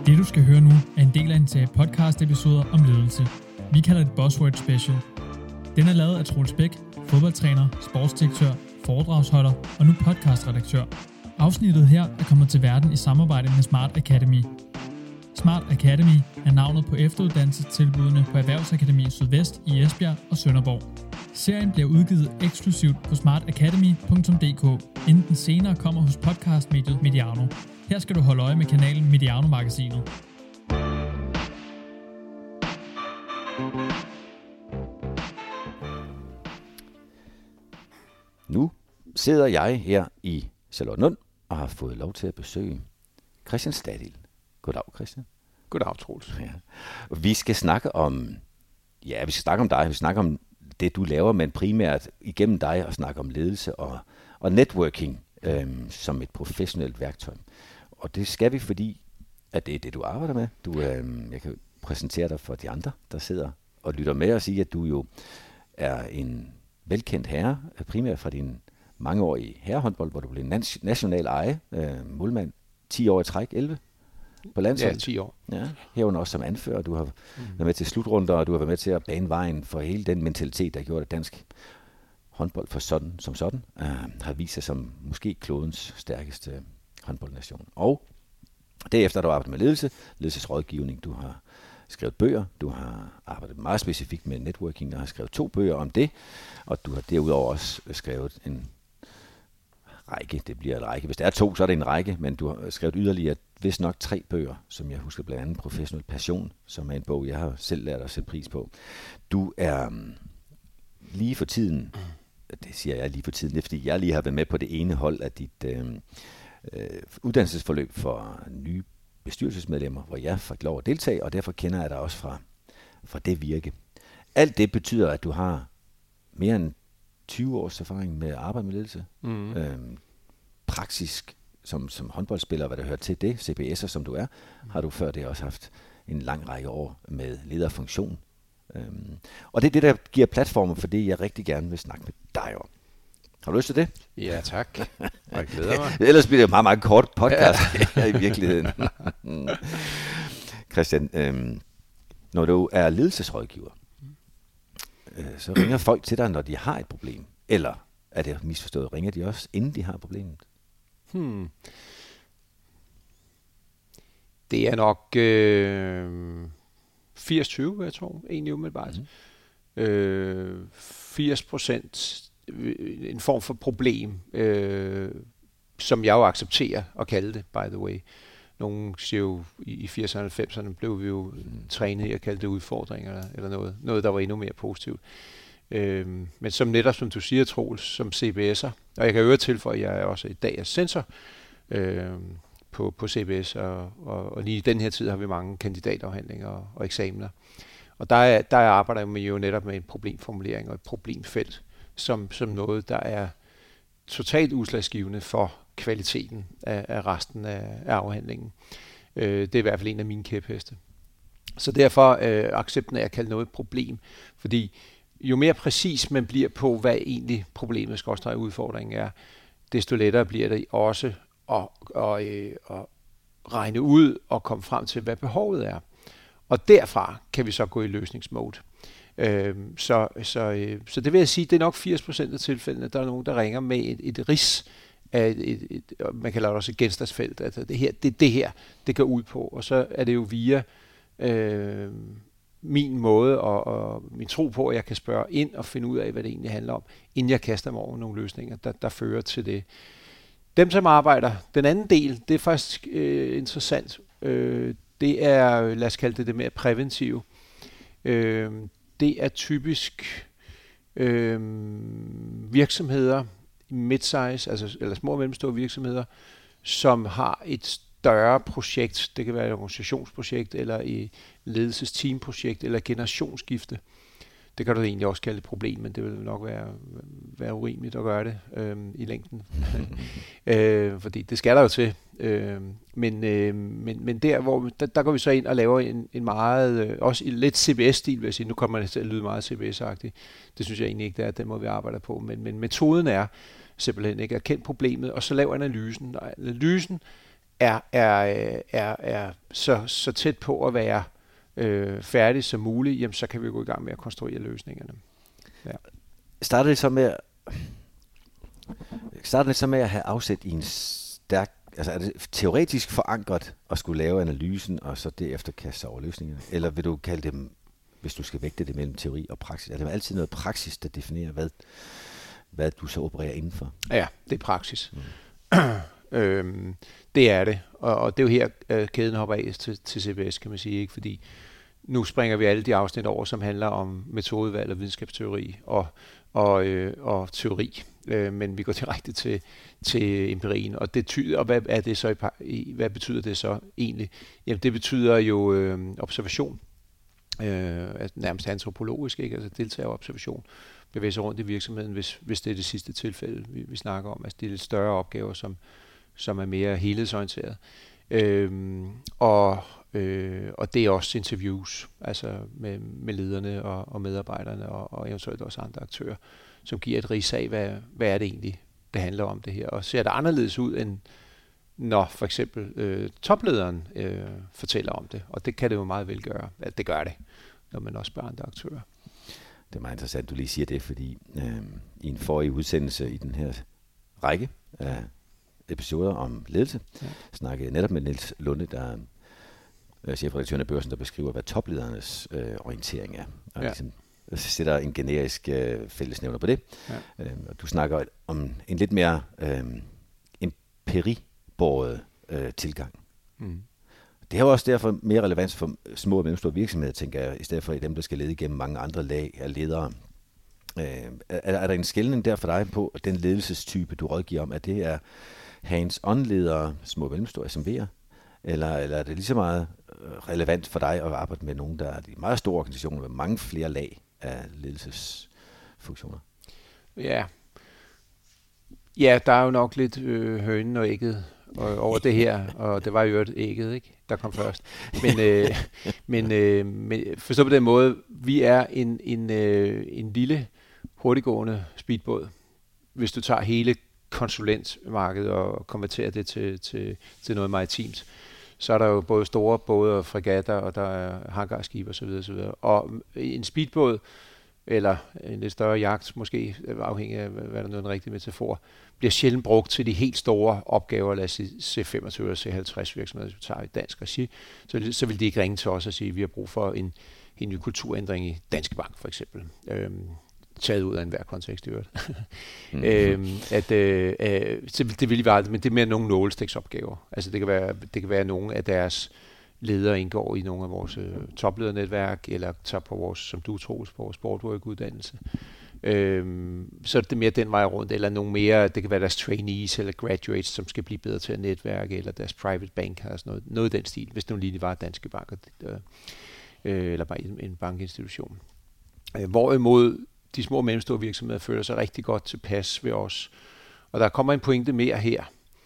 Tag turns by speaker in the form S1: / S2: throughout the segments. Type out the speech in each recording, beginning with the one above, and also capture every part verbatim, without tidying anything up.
S1: Det du skal høre nu er en del af en serie podcast episoder om ledelse. Vi kalder det Buzzword Special. Den er lavet af Troels Bæk, fodboldtræner, sportsdirektør, foredragsholder og nu podcastredaktør. Afsnittet her er kommet til verden i samarbejde med Smart Academy. Smart Academy er navnet på efteruddannelsestilbudene på Erhvervsakademi Sydvest i Esbjerg og Sønderborg. Serien bliver udgivet eksklusivt på smart academy punktum d k, inden den senere kommer hos podcastmediet Mediano. Her skal du holde øje med kanalen Mediano-magasinet.
S2: Nu sidder jeg her i Charlottenlund og har fået lov til at besøge Christian Stadil. Goddag, Christian.
S3: Goddag, Troels.
S2: Ja. Vi skal snakke om, ja, vi skal snakke om dig, vi skal snakke om det, du laver, men primært igennem dig og snakke om ledelse og, og networking øhm, som et professionelt værktøj. Og det skal vi, fordi at det er det, du arbejder med. Du, øhm, jeg kan præsentere dig for de andre, der sidder og lytter med og sige, at du jo er en velkendt herre, primært fra din mangeårige herrehåndbold, hvor du blev national eje, øh, målmand, ti år i træk, elleve på landsholdet.
S3: Ja, ti år.
S2: Ja, herunder også som anfører. Du har mm. været med til slutrunder, og du har været med til at bane vejen for hele den mentalitet, der gjorde, at dansk håndbold for sådan, som sådan øh, har vist sig som måske klodens stærkeste håndboldnation. Og derefter har du arbejdet med ledelse, ledelsesrådgivning, du har skrevet bøger, du har arbejdet meget specifikt med networking, og har skrevet to bøger om det, og du har derudover også skrevet en række, det bliver en række, hvis der er to, så er det en række, men du har skrevet yderligere, vist nok tre bøger, som jeg husker blandt andet Professionel Passion, som er en bog, jeg har selv lært at sætte pris på. Du er um, lige for tiden, det siger jeg lige for tiden, det er fordi jeg lige har været med på det ene hold af dit øh, øh, uddannelsesforløb for nye bestyrelsesmedlemmer, hvor jeg fik lov at deltage, og derfor kender jeg dig også fra, fra det virke. Alt det betyder, at du har mere end tyve års erfaring med at arbejde med ledelse. Mm. Øhm, praktisk, som, som håndboldspiller, hvad der hører til det, C B S'er som du er, mm. har du før det også haft en lang række år med lederfunktion. Øhm, og det er det, der giver platformen for det, jeg rigtig gerne vil snakke med dig om. Har du lyst til det?
S3: Ja, tak. Og jeg glæder mig.
S2: Ellers bliver det en meget, meget kort podcast her i virkeligheden. Christian, øhm, når du er ledelsesrådgiver, øh, så ringer folk til dig, når de har et problem. Eller er det misforstået, ringer de også, inden de har problemet?
S3: Hmm. Det er nok øh, firs tyve, jeg tror, egentlig umiddelbart. Mm. Øh, firs procent en form for problem, øh, som jeg jo accepterer at kalde det, by the way. Nogle siger jo, i firserne og halvfemserne blev vi jo mm. trænet i at kalde det udfordringer, eller noget, noget der var endnu mere positivt. Øh, men som netop, som du siger, Troels, som C B S'er, og jeg kan øvrigt tilføje, at jeg er også i dag er sensor øh, på, på C B S, og, og, og lige i den her tid har vi mange kandidatafhandlinger og, og eksamener. Og der, er, der arbejder jeg jo netop med en problemformulering og et problemfelt, som, som noget, der er totalt udslagsgivende for kvaliteten af, af resten af, af afhandlingen. Øh, det er i hvert fald en af mine kæpheste. Så derfor øh, accepten af at kalde noget et problem, fordi jo mere præcis man bliver på, hvad egentlig problemet skråstreg udfordringen er, desto lettere bliver det også at, at, at, at regne ud og komme frem til, hvad behovet er. Og derfra kan vi så gå i løsningsmode. Øhm, så, så, øh, så det vil jeg sige, det er nok firs procent af tilfældene, der er nogen, der ringer med et, et rids af et, et, et, man kalder det også et genstandsfelt, altså det her, det det her, det går ud på, og så er det jo via øh, min måde og, og min tro på, at jeg kan spørge ind og finde ud af, hvad det egentlig handler om, inden jeg kaster mig over nogle løsninger, der, der fører til det. Dem, som arbejder, den anden del, det er faktisk øh, interessant, øh, det er, lad os kalde det det mere præventive. Øh, Det er typisk øh, virksomheder, mid-size, altså eller små og mellemstore virksomheder, som har et større projekt. Det kan være et organisationsprojekt, eller et ledelsesteamprojekt, eller generationsskifte. Det kan du egentlig også kalde et problem, men det vil nok være, være urimeligt at gøre det øh, i længden. øh, fordi det skal der jo til. Øh, men, øh, men, men der, hvor, der, der går vi så ind og laver en, en meget, øh, også lidt C B S-stil, vil jeg sige. Nu kommer det til at lyde meget C B S-agtigt. Det synes jeg egentlig ikke, det er den måde, vi arbejder på. Men, men metoden er simpelthen ikke at kende problemet, og så lave analysen. Og analysen er, er, er, er så, så tæt på at være øh, færdig som muligt, jamen, så kan vi gå i gang med at konstruere løsningerne. Ja.
S2: Startede det så med startede det så med at have afsæt i en stærk, altså er det teoretisk forankret at skulle lave analysen, og så derefter kaste sig over løsningerne? Eller vil du kalde det, hvis du skal vægte det mellem teori og praksis, er det altid noget praksis, der definerer, hvad, hvad du så opererer indenfor?
S3: Ja, det er praksis. Mm. øhm, det er det, og, og det er jo her, øh, kæden hopper af til, til C B S, kan man sige, ikke? Fordi nu springer vi alle de afsnit over, som handler om metodevalg og videnskabsteori og, og, øh, og teori. Øh, men vi går direkte til, til empirien, og, det ty- og hvad, er det så i, hvad betyder det så egentlig? Jamen, det betyder jo øh, observation, øh, nærmest antropologisk, ikke? Altså deltagerobservation, bevæge sig rundt i virksomheden, hvis, hvis det er det sidste tilfælde, vi, vi snakker om. Altså det er lidt større opgaver, som, som er mere helhedsorienteret. Øh, og Øh, og det er også interviews, altså med, med lederne og, og medarbejderne og, og eventuelt også andre aktører, som giver et rids af, hvad, hvad er det egentlig, det handler om det her. Og ser det anderledes ud, end når for eksempel øh, toplederen øh, fortæller om det. Og det kan det jo meget vel gøre. Ja, det gør det, når man også spørger andre aktører.
S2: Det er meget interessant, du lige siger det, fordi øh, i en forrige udsendelse i den her række af episoder om ledelse, ja. snakkede jeg netop med Niels Lunde, der chefredaktøren af Børsen, der beskriver, hvad topledernes øh, orientering er. Og ja. ligesom sætter en generisk øh, fællesnævner på det. Ja. Øh, og du snakker om en lidt mere øh, empiribåret øh, tilgang. Mm. Det er jo også derfor mere relevans for små og mellemstore virksomheder, tænker jeg, i stedet for dem, der skal lede igennem mange andre lag af ledere. Øh, er, er der en skelning der for dig på, den ledelsestype, du rådgiver om, at det er hands-on-ledere, små og mellemstore S M V'er, eller, eller er det lige så meget relevant for dig at arbejde med nogen, der er de meget store organisationer med mange flere lag af ledelsesfunktioner?
S3: Ja, ja, der er jo nok lidt øh, hønen og ægget og, over det her, og det var jo et ægget, ikke, der kom først. Men, øh, men, øh, men forstå på den måde, vi er en, en, øh, en lille, hurtiggående speedbåd, hvis du tager hele konsulentmarkedet og konverterer det til, til, til noget maritimt. Så er der jo både store både og fregatter, og der er hangarskib og så videre, så videre. Og en speedbåd, eller en lidt større jagt, måske afhængig af, hvad der er den rigtige metafor, bliver sjældent brugt til de helt store opgaver, lad os sige C femogtyve og C halvtreds virksomheder, hvis vi tager i dansk regi, så, så vil de ikke ringe til os og sige, at vi har brug for en, en ny kulturændring i Danske Bank, for eksempel. Øhm, taget ud af enhver kontekst i øvrigt. mm. øhm, at, øh, øh, det vil være, men det er mere nogle nålestiksopgaver. Altså det kan være, det kan være nogle af deres ledere indgår i nogle af vores øh, topledernetværk, eller tager på vores, som du tror, på vores sportwork-uddannelse. Øhm, så er det mere den vej rundt, eller nogle mere, det kan være deres trainees eller graduates, som skal blive bedre til at netværke, eller deres private bank, eller sådan noget, noget i den stil, hvis nu lige var Danske Bank, øh, eller bare en, en bankinstitution. Øh, hvorimod de små og mellemstore virksomheder føler sig rigtig godt tilpas ved os. Og der kommer en pointe mere her,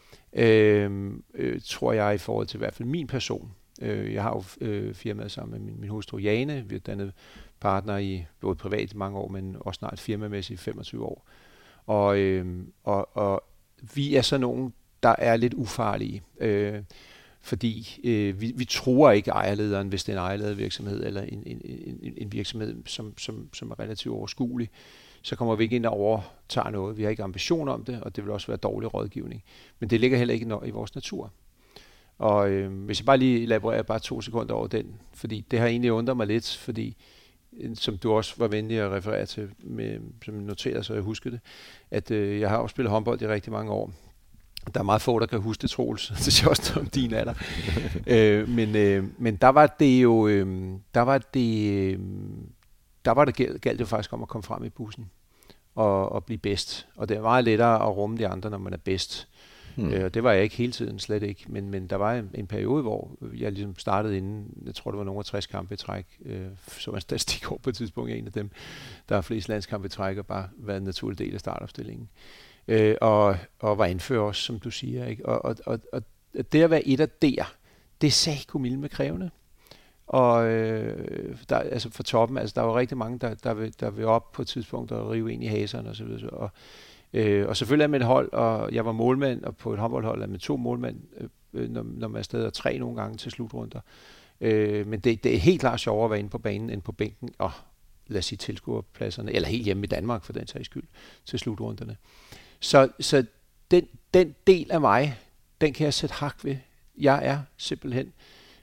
S3: øh, øh, tror jeg, i forhold til i hvert fald min person. Øh, jeg har jo øh, firmaet sammen med min, min hustru Jane. Vi har dannet partner i både privat i mange år, men også snart firmamæssigt i femogtyve år. Og, øh, og, og vi er så nogen, der er lidt ufarlige. Øh, Fordi øh, vi, vi tror ikke ejerlederen, hvis det er en ejerledet virksomhed, eller en, en, en, en virksomhed, som, som, som er relativt overskuelig, så kommer vi ikke ind og overtager noget. Vi har ikke ambition om det, og det vil også være dårlig rådgivning. Men det ligger heller ikke i vores natur. Og øh, hvis jeg bare lige elaborerer bare to sekunder over den, fordi det har egentlig undret mig lidt, fordi som du også var venlig at referere til, med, som noterer, så jeg husker det, at øh, jeg har også spillet håndbold i rigtig mange år. Der er meget få, der kan huske det, Troels. Det er også om din alder. øh, men, øh, men der var det jo, øh, der var det, øh, der var det galt, galt det faktisk om at komme frem i bussen og, og blive bedst. Og det er meget lettere at rumme de andre, når man er bedst. Hmm. Øh, det var jeg ikke hele tiden, slet ikke. Men, men der var en, en periode, hvor jeg ligesom startede inden, jeg tror, det var nogle af tres kampe i træk. Øh, så var en statistik over på et tidspunkt, en af dem, der har flest landskampe i træk, og bare været en naturlig del af startopstillingen. Øh, og, og var anfører også, som du siger. Ikke? Og, og, og, og det at være et af der, det sagde Kumil med krævende. Og øh, der, altså for toppen, altså der var rigtig mange, der, der, vil, der vil op på et tidspunkt og rive ind i haserne og så videre. Og, øh, og selvfølgelig er med et hold, og jeg var målmand, og på et håndboldhold er med to målmænd. Øh, øh, når, når man er afsted og tre nogle gange til slutrunder. Øh, men det, det er helt klart sjovere at være inde på banen end på bænken, og lad os sige tilskuerpladserne, eller helt hjemme i Danmark for den sags skyld, til slutrunderne. Så, så den, den del af mig, den kan jeg sætte hak ved. Jeg er simpelthen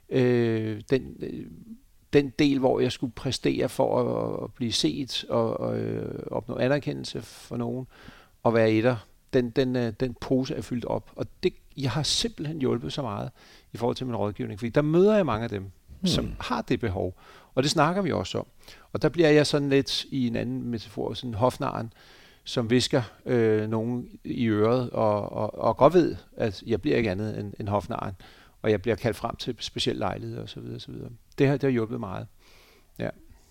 S3: øh, den, øh, den del, hvor jeg skulle præstere for at, at blive set og, og øh, opnå anerkendelse for nogen og være etter. Den, den, øh, den pose er fyldt op, og det, jeg har simpelthen hjulpet så meget i forhold til min rådgivning, fordi der møder jeg mange af dem, hmm. som har det behov, og det snakker vi også om. Og der bliver jeg sådan lidt i en anden metafor, sådan hofnaren, som visker øh, nogen i øret, og, og, og godt ved, at jeg bliver ikke andet end, end hofnaren, og jeg bliver kaldt frem til specielle lejligheder osv. osv. Det har, det har hjulpet meget. Ja.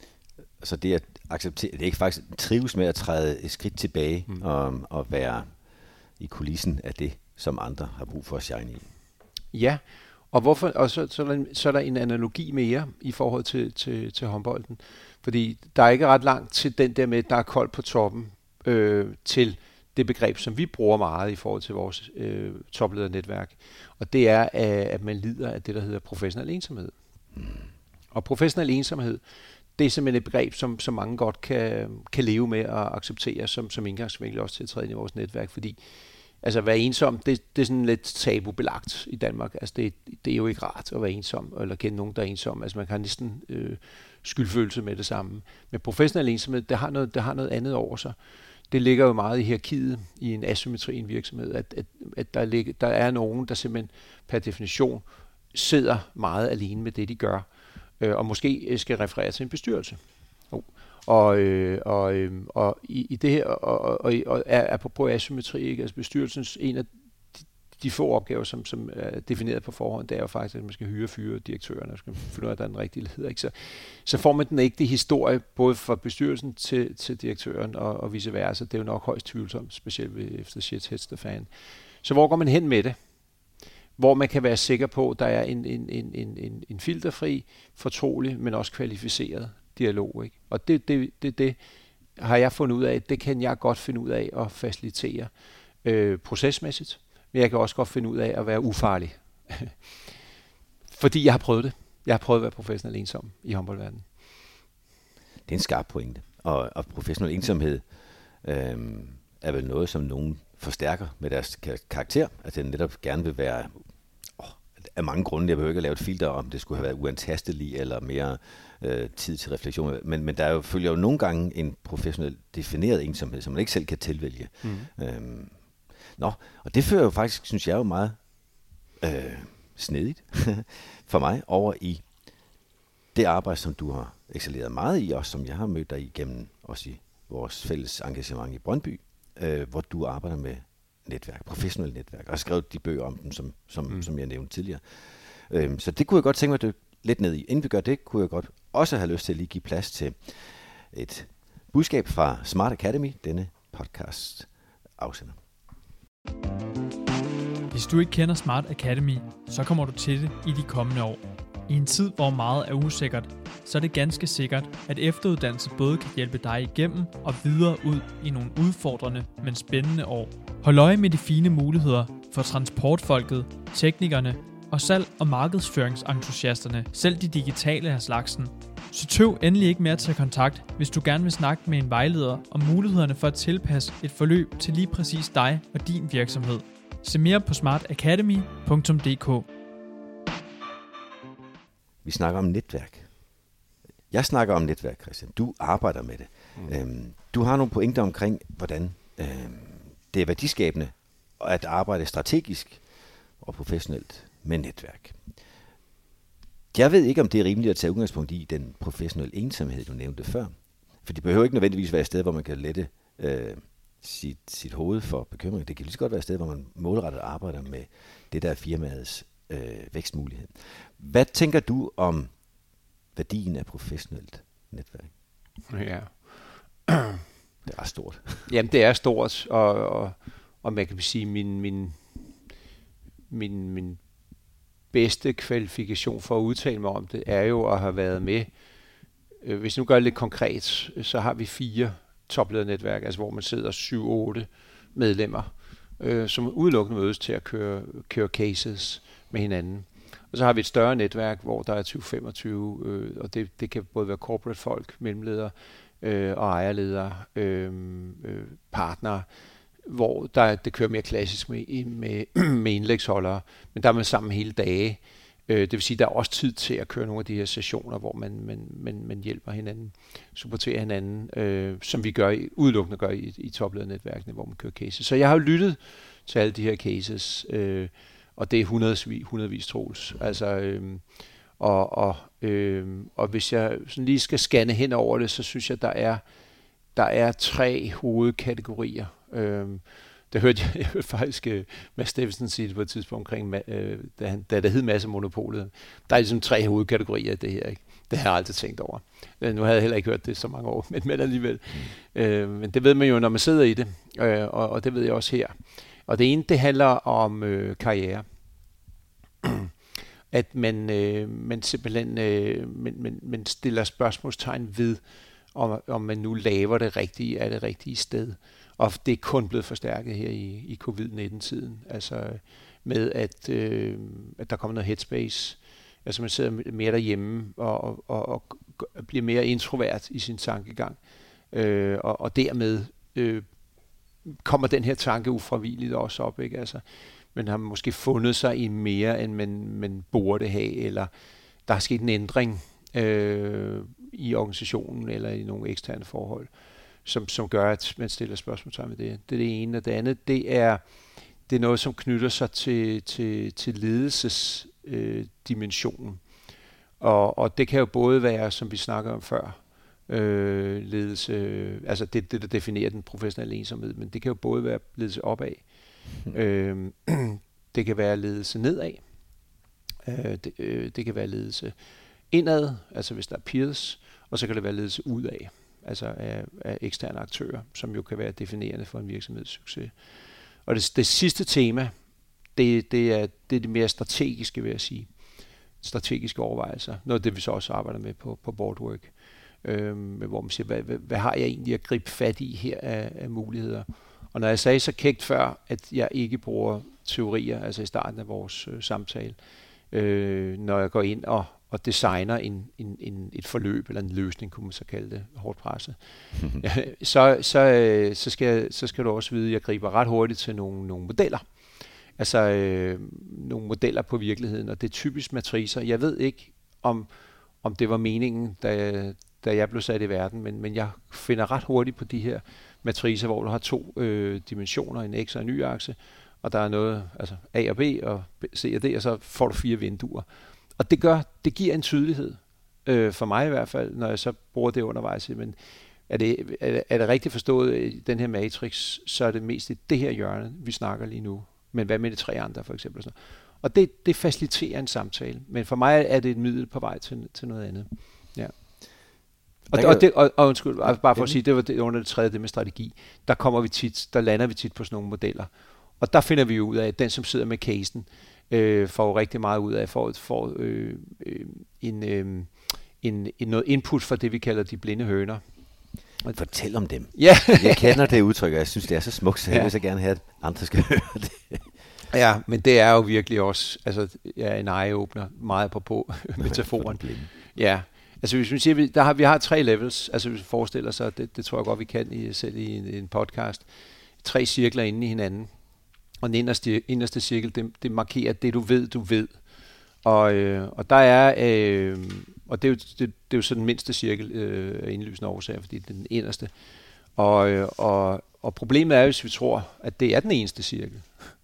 S2: Så det at acceptere, det er ikke faktisk trives med at træde et skridt tilbage mm. og, og være i kulissen af det, som andre har brug for at shine i.
S3: Ja, og, hvorfor, og så, så, er der, så er der en analogi mere i forhold til, til, til håndbolden. Fordi der er ikke ret langt til den der med, at der er koldt på toppen, øh, til det begreb, som vi bruger meget i forhold til vores øh, topledernetværk. Og det er, at man lider af det, der hedder professionel ensomhed. Mm. Og professionel ensomhed, det er simpelthen et begreb, som, som mange godt kan, kan leve med og acceptere som, som indgangsvinkel også til at træde ind i vores netværk, fordi altså at være ensom, det, det er sådan lidt tabubelagt i Danmark. Altså det, det er jo ikke rart at være ensom, eller kende nogen, der er ensom. Altså man kan næsten øh, skyldfølelse med det samme. Men professionel ensomhed, det har, noget, det har noget andet over sig. Det ligger jo meget i hierarkiet, i en asymmetri i en virksomhed, at, at, at der, ligger, der er nogen, der simpelthen per definition sidder meget alene med det, de gør, øh, og måske skal referere til en bestyrelse. Oh. Og, øh, og, øh, og i, i det her, og, og, og er apropos asymmetri, ikke? Altså bestyrelsens en af de, de få opgaver, som, som er defineret på forhånd, det er jo faktisk, at man skal hyre fyre direktøren, og skal finde ud af, at der er den rigtige leder. Ikke? Så, så får man den ægte historie, både fra bestyrelsen til, til direktøren og, og vice versa. Det er jo nok højst tvivlsomt, specielt ved, efter shit hits the fan. Så hvor går man hen med det? Hvor man kan være sikker på, at der er en, en, en, en, en filterfri, fortrolig, men også kvalificeret dialog. Ikke? Og det, det, det, det har jeg fundet ud af, det kan jeg godt finde ud af at facilitere øh, procesmæssigt, men jeg kan også godt finde ud af at være ufarlig. Fordi jeg har prøvet det. Jeg har prøvet at være professionel ensom i håndboldverdenen.
S2: Det er en skarp pointe. Og, og professionel ensomhed øh, er vel noget, som nogen forstærker med deres karakter, at den netop gerne vil være åh, af mange grunde. Jeg behøver ikke at lave et filter om, det skulle have været uantastelig eller mere øh, tid til refleksion. Men, men der er jo, følger jo nogle gange en professionelt defineret ensomhed, som man ikke selv kan tilvælge. Mm. Øhm, nå, og det fører jo faktisk, synes jeg, jo meget øh, snedigt for mig over i det arbejde, som du har excelleret meget i, og som jeg har mødt dig igennem også i vores fælles engagement i Brøndby, øh, hvor du arbejder med netværk, professionelle netværk, og har skrevet de bøger om dem, som, som, mm. som jeg nævnte tidligere. Øhm, så det kunne jeg godt tænke mig at dykke lidt ned i. Inden vi gør det, kunne jeg godt også have lyst til at lige give plads til et budskab fra Smart Academy, denne podcast afsender.
S1: Hvis du ikke kender Smart Academy, så kommer du til det i de kommende år. I en tid, hvor meget er usikkert, så er det ganske sikkert, at efteruddannelse både kan hjælpe dig igennem og videre ud i nogle udfordrende, men spændende år. Hold øje med de fine muligheder for transportfolket, teknikerne og salg- og markedsføringsentusiasterne, selv de digitale af slagsen. Så tøv endelig ikke med at tage kontakt, hvis du gerne vil snakke med en vejleder om mulighederne for at tilpasse et forløb til lige præcis dig og din virksomhed. Se mere på smart academy punktum d k.
S2: Vi snakker om netværk. Jeg snakker om netværk, Christian. Du arbejder med det. Mm. Øhm, du har nogle pointer omkring, hvordan øhm, det er værdiskabende at arbejde strategisk og professionelt med netværk. Jeg ved ikke, om det er rimeligt at tage udgangspunkt i den professionelle ensomhed, du nævnte før. For det behøver ikke nødvendigvis være et sted, hvor man kan lette øh, sit, sit hoved for bekymring. Det kan lige så godt være et sted, hvor man målrettet arbejder med det, der er firmaets øh, vækstmulighed. Hvad tænker du om værdien af professionelt netværk?
S3: Ja.
S2: Det er stort.
S3: Jamen, det er stort, og, og, og man kan sige, min, min, min, min bedste kvalifikation for at udtale mig om det, er jo at have været med. Hvis nu gør det lidt konkret, så har vi fire topledernetværk, altså hvor man sidder syv otte medlemmer, øh, som udelukkende mødes til at køre, køre cases med hinanden. Og så har vi et større netværk, hvor der er tyve til femogtyve, øh, og det, det kan både være corporate folk, mellemledere øh, og ejerledere, øh, øh, partnere, hvor der, det kører mere klassisk med, med, med indlægsholdere, men der er man sammen hele dage. Øh, det vil sige, der er også tid til at køre nogle af de her sessioner, hvor man, man, man, man hjælper hinanden, supporterer hinanden, øh, som vi gør i, udelukkende gør i, i topledernetværkene, hvor man kører cases. Så jeg har jo lyttet til alle de her cases, øh, og det er hundredvis, hundredvis Troels. Altså, øh, og, og, øh, og hvis jeg sådan lige skal scanne hen over det, så synes jeg, der er, der er tre hovedkategorier. Øh, der hørte jeg, jeg hørte faktisk uh, Mads Steffensen sige det på et tidspunkt omkring, uh, da, han, da det hed Massemonopolet. Der er ligesom tre hovedkategorier af det her, ikke? Det har jeg aldrig tænkt over. Uh, nu havde jeg heller ikke hørt det så mange år, men, men alligevel. Mm. Uh, men det ved man jo, når man sidder i det, uh, og, og det ved jeg også her. Og det ene, det handler om uh, karriere. At man, uh, man simpelthen uh, man, man, man stiller spørgsmålstegn ved, om, om man nu laver det rigtige af det rigtige sted. Og det er kun blevet forstærket her i, i covid nitten-tiden. Altså med, at, øh, at der kommer noget headspace. Altså man sidder mere derhjemme og, og, og, og bliver mere introvert i sin tankegang. Øh, og, og dermed øh, kommer den her tanke ufravigeligt også op. Ikke? Altså, man har måske fundet sig i mere, end man, man burde have. Eller der er sket en ændring øh, i organisationen eller i nogle eksterne forhold. Som, som gør, at man stiller spørgsmålstegn ved det. Det er det ene. Og det andet, det er, det er noget, som knytter sig til, til, til ledelsesdimensionen. Øh, og, og det kan jo både være, som vi snakker om før, øh, ledelse, øh, altså det, det, der definerer den professionelle ensomhed, men det kan jo både være ledelse opad, mm. øh, det kan være ledelse nedad, øh, det, øh, det kan være ledelse indad, altså hvis der er peers, og så kan det være ledelse udad. Altså af, af eksterne aktører, som jo kan være definerende for en virksomheds succes. Og det, det sidste tema, det, det, er, det er det mere strategiske, vil jeg sige. Strategiske overvejelser. Noget af det, vi så også arbejder med på, på Boardwork. Øhm, hvor man siger, hvad, hvad, hvad har jeg egentlig at gribe fat i her af, af muligheder? Og når jeg sagde så kægt før, at jeg ikke bruger teorier, altså i starten af vores øh, samtale, øh, når jeg går ind og og designer en, en, en, et forløb eller en løsning, kunne man så kalde det, hårdt presset, ja, så, så, så, skal, så skal du også vide, at jeg griber ret hurtigt til nogle, nogle modeller. Altså øh, nogle modeller på virkeligheden, og det er typisk matricer. Jeg ved ikke, om, om det var meningen, da, da jeg blev sat i verden, men, men jeg finder ret hurtigt på de her matricer, hvor du har to øh, dimensioner, en x og en y-akse, og der er noget, altså A og B og C og D, og så får du fire vinduer. Og det gør, det giver en tydelighed, øh, for mig i hvert fald, når jeg så bruger det undervejs. Men er det, er det, er det rigtigt forstået i den her matrix, så er det mest i det her hjørne, vi snakker lige nu. Men hvad med de tre andre, for eksempel? Og det, det faciliterer en samtale. Men for mig er det et middel på vej til, til noget andet. Ja. Og, og, det, og, og undskyld, bare for at sige, det var det, under det tredje, det med strategi. Der kommer vi tit, der lander vi tit på sådan nogle modeller. Og der finder vi jo ud af, at den, som sidder med casen, Øh, får rigtig meget ud af, får, får øh, øh, en, øh, en, en noget input fra det, vi kalder de blinde høner.
S2: Fortæl om dem.
S3: Ja.
S2: Jeg kender det udtryk, og jeg synes, det er så smukt, så jeg ja. vil så gerne have, at andre skal høre det.
S3: Ja, men det er jo virkelig også altså, ja, en eye-opener, meget på på metaforen. Ja, altså hvis vi siger, der har, vi har tre levels, altså hvis vi forestiller sig, det, det tror jeg godt, vi kan i, selv i en, en podcast, tre cirkler inde i hinanden. Og den inderste, inderste cirkel, det, det markerer det, du ved, du ved. Og, øh, og der er, øh, og det er, jo, det, det er jo så den mindste cirkel øh, af indlysende årsager, fordi det er den inderste. Og, øh, og, og problemet er, hvis vi tror, at det er den eneste cirkel.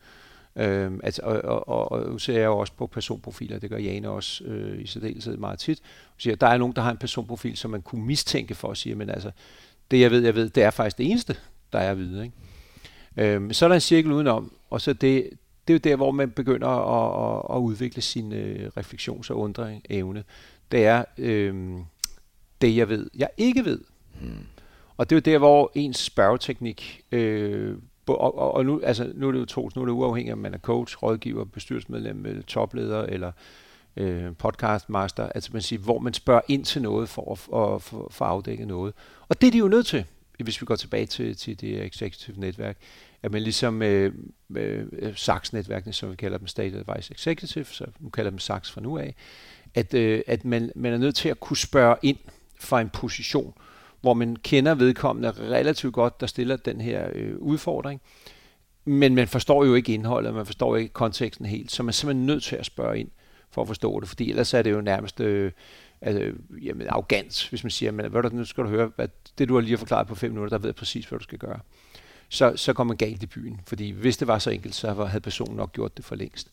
S3: øh, altså, og, og, og, og nu ser jeg jo også på personprofiler, det gør Jane også øh, i særdeleshed meget tit. Siger, der er nogen, der har en personprofil, som man kunne mistænke for at sige, men altså, det jeg ved, jeg ved, det er faktisk det eneste, der er at vide, ikke? Øhm, så er der en cirkel udenom, og så det, det er jo der, hvor man begynder at, at, at udvikle sin øh, refleksions- og undring evne. Det er øh, det, jeg ved, jeg ikke ved. Hmm. Og det er jo der, hvor ens spørgeteknik, øh, og, og, og nu, altså, nu er det jo to, nu er det uafhængigt, om man er coach, rådgiver, bestyrelsesmedlem, topleder eller øh, podcastmaster, altså man siger, hvor man spørger ind til noget for at for, for, for afdække noget. Og det er de jo nødt til, hvis vi går tilbage til, til det executive netværk, at man ligesom øh, øh, S A X-netværkene, som vi kalder dem State Advice Executive, så nu kalder dem S A X fra nu af, at, øh, at man, man er nødt til at kunne spørge ind fra en position, hvor man kender vedkommende relativt godt, der stiller den her øh, udfordring, men man forstår jo ikke indholdet, man forstår ikke konteksten helt, så man er simpelthen nødt til at spørge ind for at forstå det, fordi ellers er det jo nærmest øh, altså, jamen, arrogant, hvis man siger, men hvad du, nu skal du høre, at det du har lige forklaret på fem minutter, der ved præcis, hvad du skal gøre. Så, så går man galt i byen, fordi hvis det var så enkelt, så havde personen nok gjort det for længst.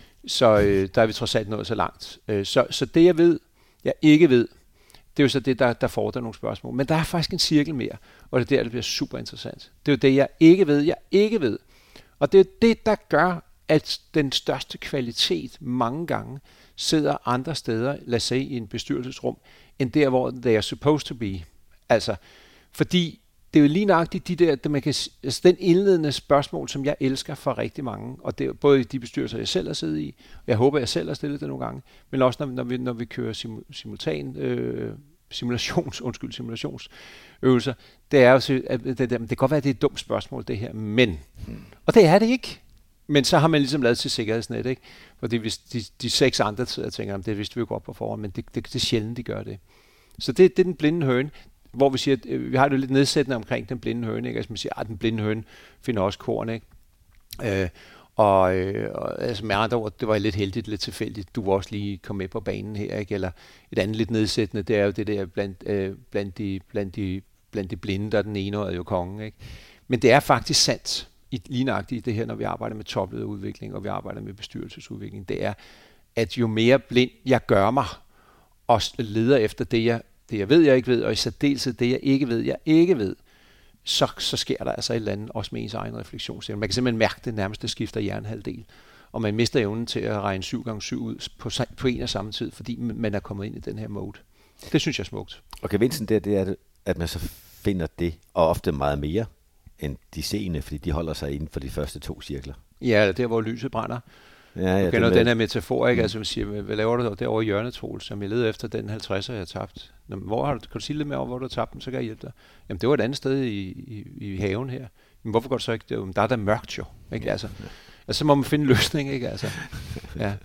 S3: Så øh, der er vi trods alt nået så langt. Øh, så, så det jeg ved, jeg ikke ved, det er jo så det, der, der fordrer nogle spørgsmål. Men der er faktisk en cirkel mere, og det er der, det bliver super interessant. Det er jo det, jeg ikke ved, jeg ikke ved. Og det er det, der gør, at den største kvalitet mange gange sidder andre steder, lad os sige i en bestyrelsesrum, end der, hvor they are supposed to be. Altså, fordi det er jo lige nøjagtigt de der, man kan, altså den indledende spørgsmål, som jeg elsker for rigtig mange, og det er både i de bestyrelser, jeg selv har siddet i, og jeg håber, jeg selv har stillet det nogle gange, men også når, når, vi, når vi kører sim, simultan, øh, simulations, undskyld, simulationsøvelser, det er jo, at det, det, det kan godt være, at det er et dumt spørgsmål, det her, men, og det er det ikke. Men så har man ligesom lavet til sikkerhedsnet, ikke? Fordi hvis de, de seks andre sidder og tænker, det vidste vi jo godt på forhånd, men det, det, det er sjældent, de gør det. Så det, det er den blinde høne, hvor vi siger, at vi har det lidt nedsættende omkring den blinde høne, ikke? Altså man siger, at den blinde høne finder også korn, ikke? Øh, og, øh, og altså med andre ord, det var lidt heldigt, lidt tilfældigt. Du var også lige kom med på banen her, ikke? Eller et andet lidt nedsættende, det er jo det der blandt, øh, blandt, de, blandt, de, blandt de blinde, der er den ene, og er jo kongen, ikke? Men det er faktisk sandt. I lignagtigt det her, når vi arbejder med toplederudvikling, og vi arbejder med bestyrelsesudvikling, det er, at jo mere blind jeg gør mig, og leder efter det jeg, det, jeg ved, jeg ikke ved, og i særdeleshed det, jeg ikke ved, jeg ikke ved, så, så sker der altså et eller andet, også med ens egen refleksionsevne. Man kan simpelthen mærke det nærmest, det skifter hjernehalvdel, og man mister evnen til at regne syv gange syv ud på, på en og samme tid, fordi man er kommet ind i den her mode. Det synes jeg er smukt. Og
S2: gevinsten der, det er, at man så finder det, og ofte meget mere, end de seende, fordi de holder sig inden for de første to cirkler.
S3: Ja, der hvor lyset brænder.
S2: Ja, ja,
S3: du kender den her metafor, ikke? Mm. Altså man siger, hvad laver du derovre i hjørnet, Troels, som jeg leder efter den halvtredser, jeg har tabt. Nå, hvor har du, kan du sige lidt mere om, hvor du har tabt den, så kan jeg hjælpe dig. Jamen det var et andet sted i, i, i haven her. Men hvorfor går du så ikke der? Der er der mørkt jo, ikke? Altså, altså så må man finde en løsning, ikke? Altså, ja.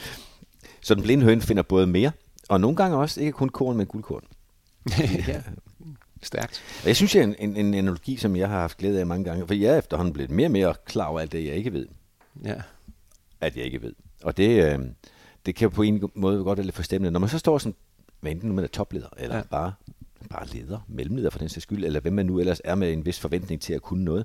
S2: Så den blinde høne finder både mere, og nogle gange også ikke kun korn, men guldkorn.
S3: Ja. Stærkt.
S2: Jeg synes, det er en, en, en analogi, som jeg har haft glæde af mange gange, for jeg er efterhånden blevet mere og mere klar over alt det, jeg ikke ved.
S3: Ja.
S2: At jeg ikke ved. Og det, øh, det kan jo på en måde godt være lidt forstemmende. Når man så står sådan, hvad enten nu man er topleder, eller ja. bare, bare leder, mellemleder for den sags skyld, eller hvem man nu ellers er med en vis forventning til at kunne noget,